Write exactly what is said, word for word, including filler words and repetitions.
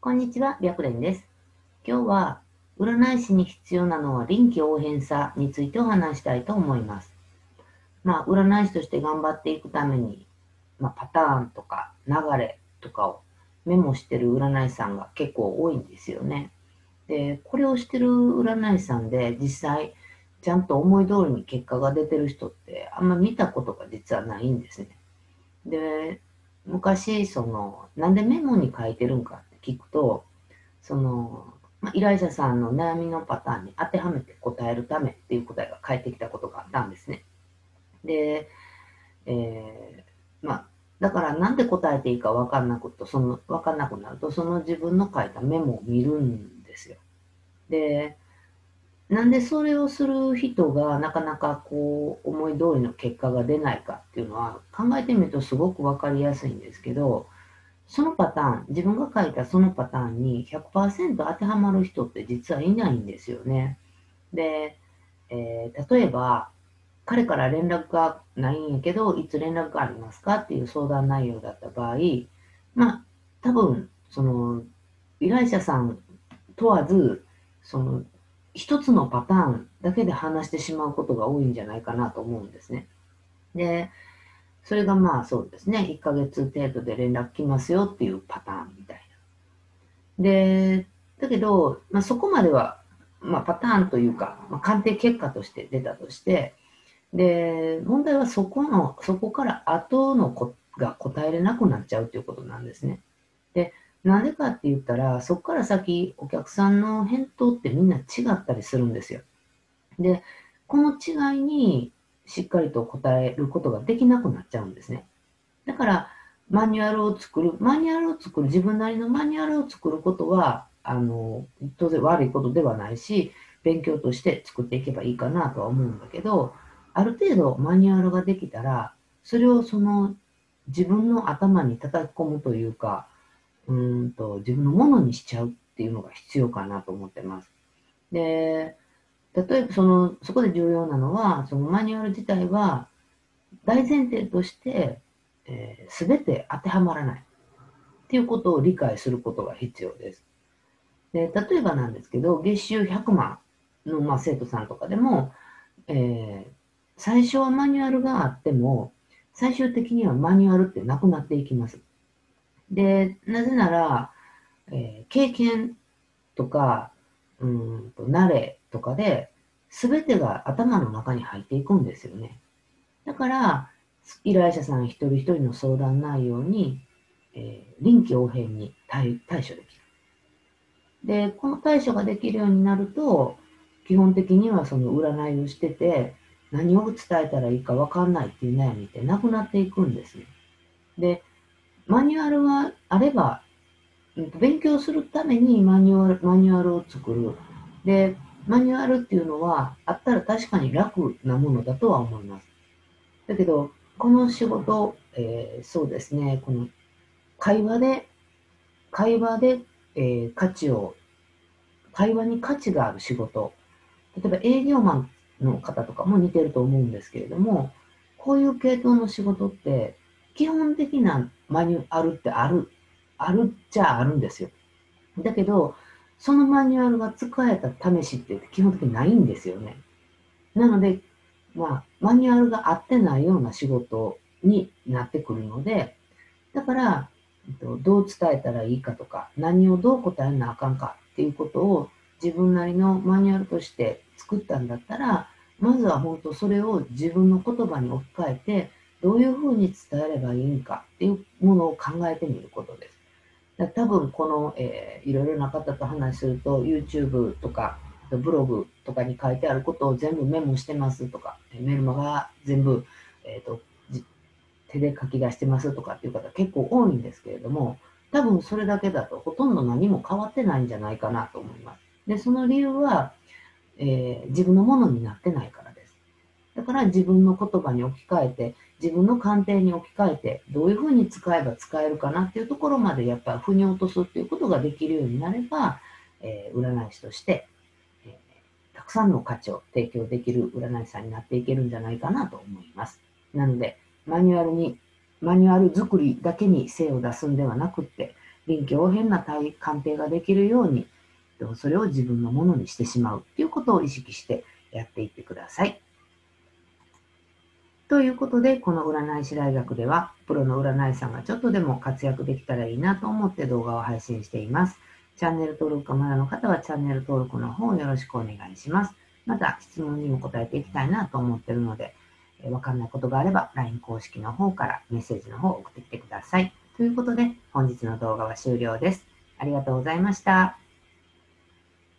こんにちは、白蓮です。今日は、占い師に必要なのは臨機応変さについてお話したいと思います。まあ、占い師として頑張っていくために、まあ、パターンとか流れとかをメモしてる占い師さんが結構多いんですよね。で、これをしてる占い師さんで実際、ちゃんと思い通りに結果が出てる人ってあんま見たことが実はないんですね。で、昔、その、なんでメモに書いてるんかって聞くと、その、まあ、依頼者さんの悩みのパターンに当てはめて答えるためっていう答えが返ってきたことがあったんですね。で、えー、まあ、だからなんで答えていいか分かんなくと、その、分かんなくなると、その自分の書いたメモを見るんですよ。で、なんでそれをする人がなかなかこう、思い通りの結果が出ないかっていうのは、考えてみるとすごく分かりやすいんですけど、そのパターン、自分が書いたそのパターンにひゃくパーセント当てはまる人って実はいないんですよね。で、えー例えば、彼から連絡がないんやけど、いつ連絡がありますかっていう相談内容だった場合、まあ、多分、その、依頼者さん問わず、その、一つのパターンだけで話してしまうことが多いんじゃないかなと思うんですね。で、それがまあそうですね、いっかげつ程度で連絡来ますよっていうパターンみたいな。で、だけど、まあ、そこまでは、まあ、パターンというか、まあ、鑑定結果として出たとして、で、問題はそこの、そこから後の子が答えれなくなっちゃうということなんですね。で、なんでかって言ったら、そこから先、お客さんの返答ってみんな違ったりするんですよ。で、この違いにしっかりと答えることができなくなっちゃうんですね。だから、マニュアルを作る、マニュアルを作る、自分なりのマニュアルを作ることは、あの、当然悪いことではないし、勉強として作っていけばいいかなとは思うんだけど、ある程度マニュアルができたら、それをその自分の頭に叩き込むというか、うーんと自分のものにしちゃうっていうのが必要かなと思ってます。で、例えばその、そこで重要なのは、そのマニュアル自体は大前提として、えー、全て当てはまらないっていうことを理解することが必要です。で、例えばなんですけど、月収ひゃくまんの、まあ、生徒さんとかでも、えー、最初はマニュアルがあっても、最終的にはマニュアルってなくなっていきます。で、なぜなら、えー経験とか、うーんと、慣れとかで、全てが頭の中に入っていくんですよね。だから、依頼者さん一人一人の相談内容に、えー臨機応変に対対処できる。で、この対処ができるようになると、基本的にはその占いをしてて、何を伝えたらいいか分かんないっていう悩みってなくなっていくんですね。で、マニュアルはあれば、勉強するためにマニュアル、マニュアルを作る。で、マニュアルっていうのはあったら確かに楽なものだとは思います。だけど、この仕事、えーそうですね、この会話で、会話で、えー価値を、会話に価値がある仕事、例えば営業マンの方とかも似てると思うんですけれども、こういう系統の仕事って、基本的なマニュアルってある、あるっちゃあるんですよ。だけど、そのマニュアルが使えた試しって基本的にないんですよね。なので、まあ、マニュアルが合ってないような仕事になってくるので、だから、どう伝えたらいいかとか、何をどう答えなあかんかっていうことを自分なりのマニュアルとして作ったんだったら、まずは本当それを自分の言葉に置き換えて、どういうふうに伝えればいいんかっていうものを考えてみることです。だ多分この、えーいろいろな方と話すると YouTube とかブログとかに書いてあることを全部メモしてますとかメルマガ全部、えーと手で書き出してますとかっていう方結構多いんですけれども、多分それだけだとほとんど何も変わってないんじゃないかなと思います。で、その理由は、えー自分のものになってないからです。だから自分の言葉に置き換えて、自分の鑑定に置き換えて、どういうふうに使えば使えるかなっていうところまでやっぱり腑に落とすっていうことができるようになれば、えー占い師として、えーたくさんの価値を提供できる占い師さんになっていけるんじゃないかなと思います。なので、マニュアルに、マニュアル作りだけに精を出すんではなくって、 臨機応変な対鑑定ができるように、それを自分のものにしてしまうということを意識してやっていってください。ということで、この占い師大学では、プロの占い師さんがちょっとでも活躍できたらいいなと思って動画を配信しています。チャンネル登録がまだの方はチャンネル登録の方をよろしくお願いします。また、質問にも答えていきたいなと思っているので、えー、わかんないことがあれば ライン 公式の方からメッセージの方を送ってきてください。ということで、本日の動画は終了です。ありがとうございました。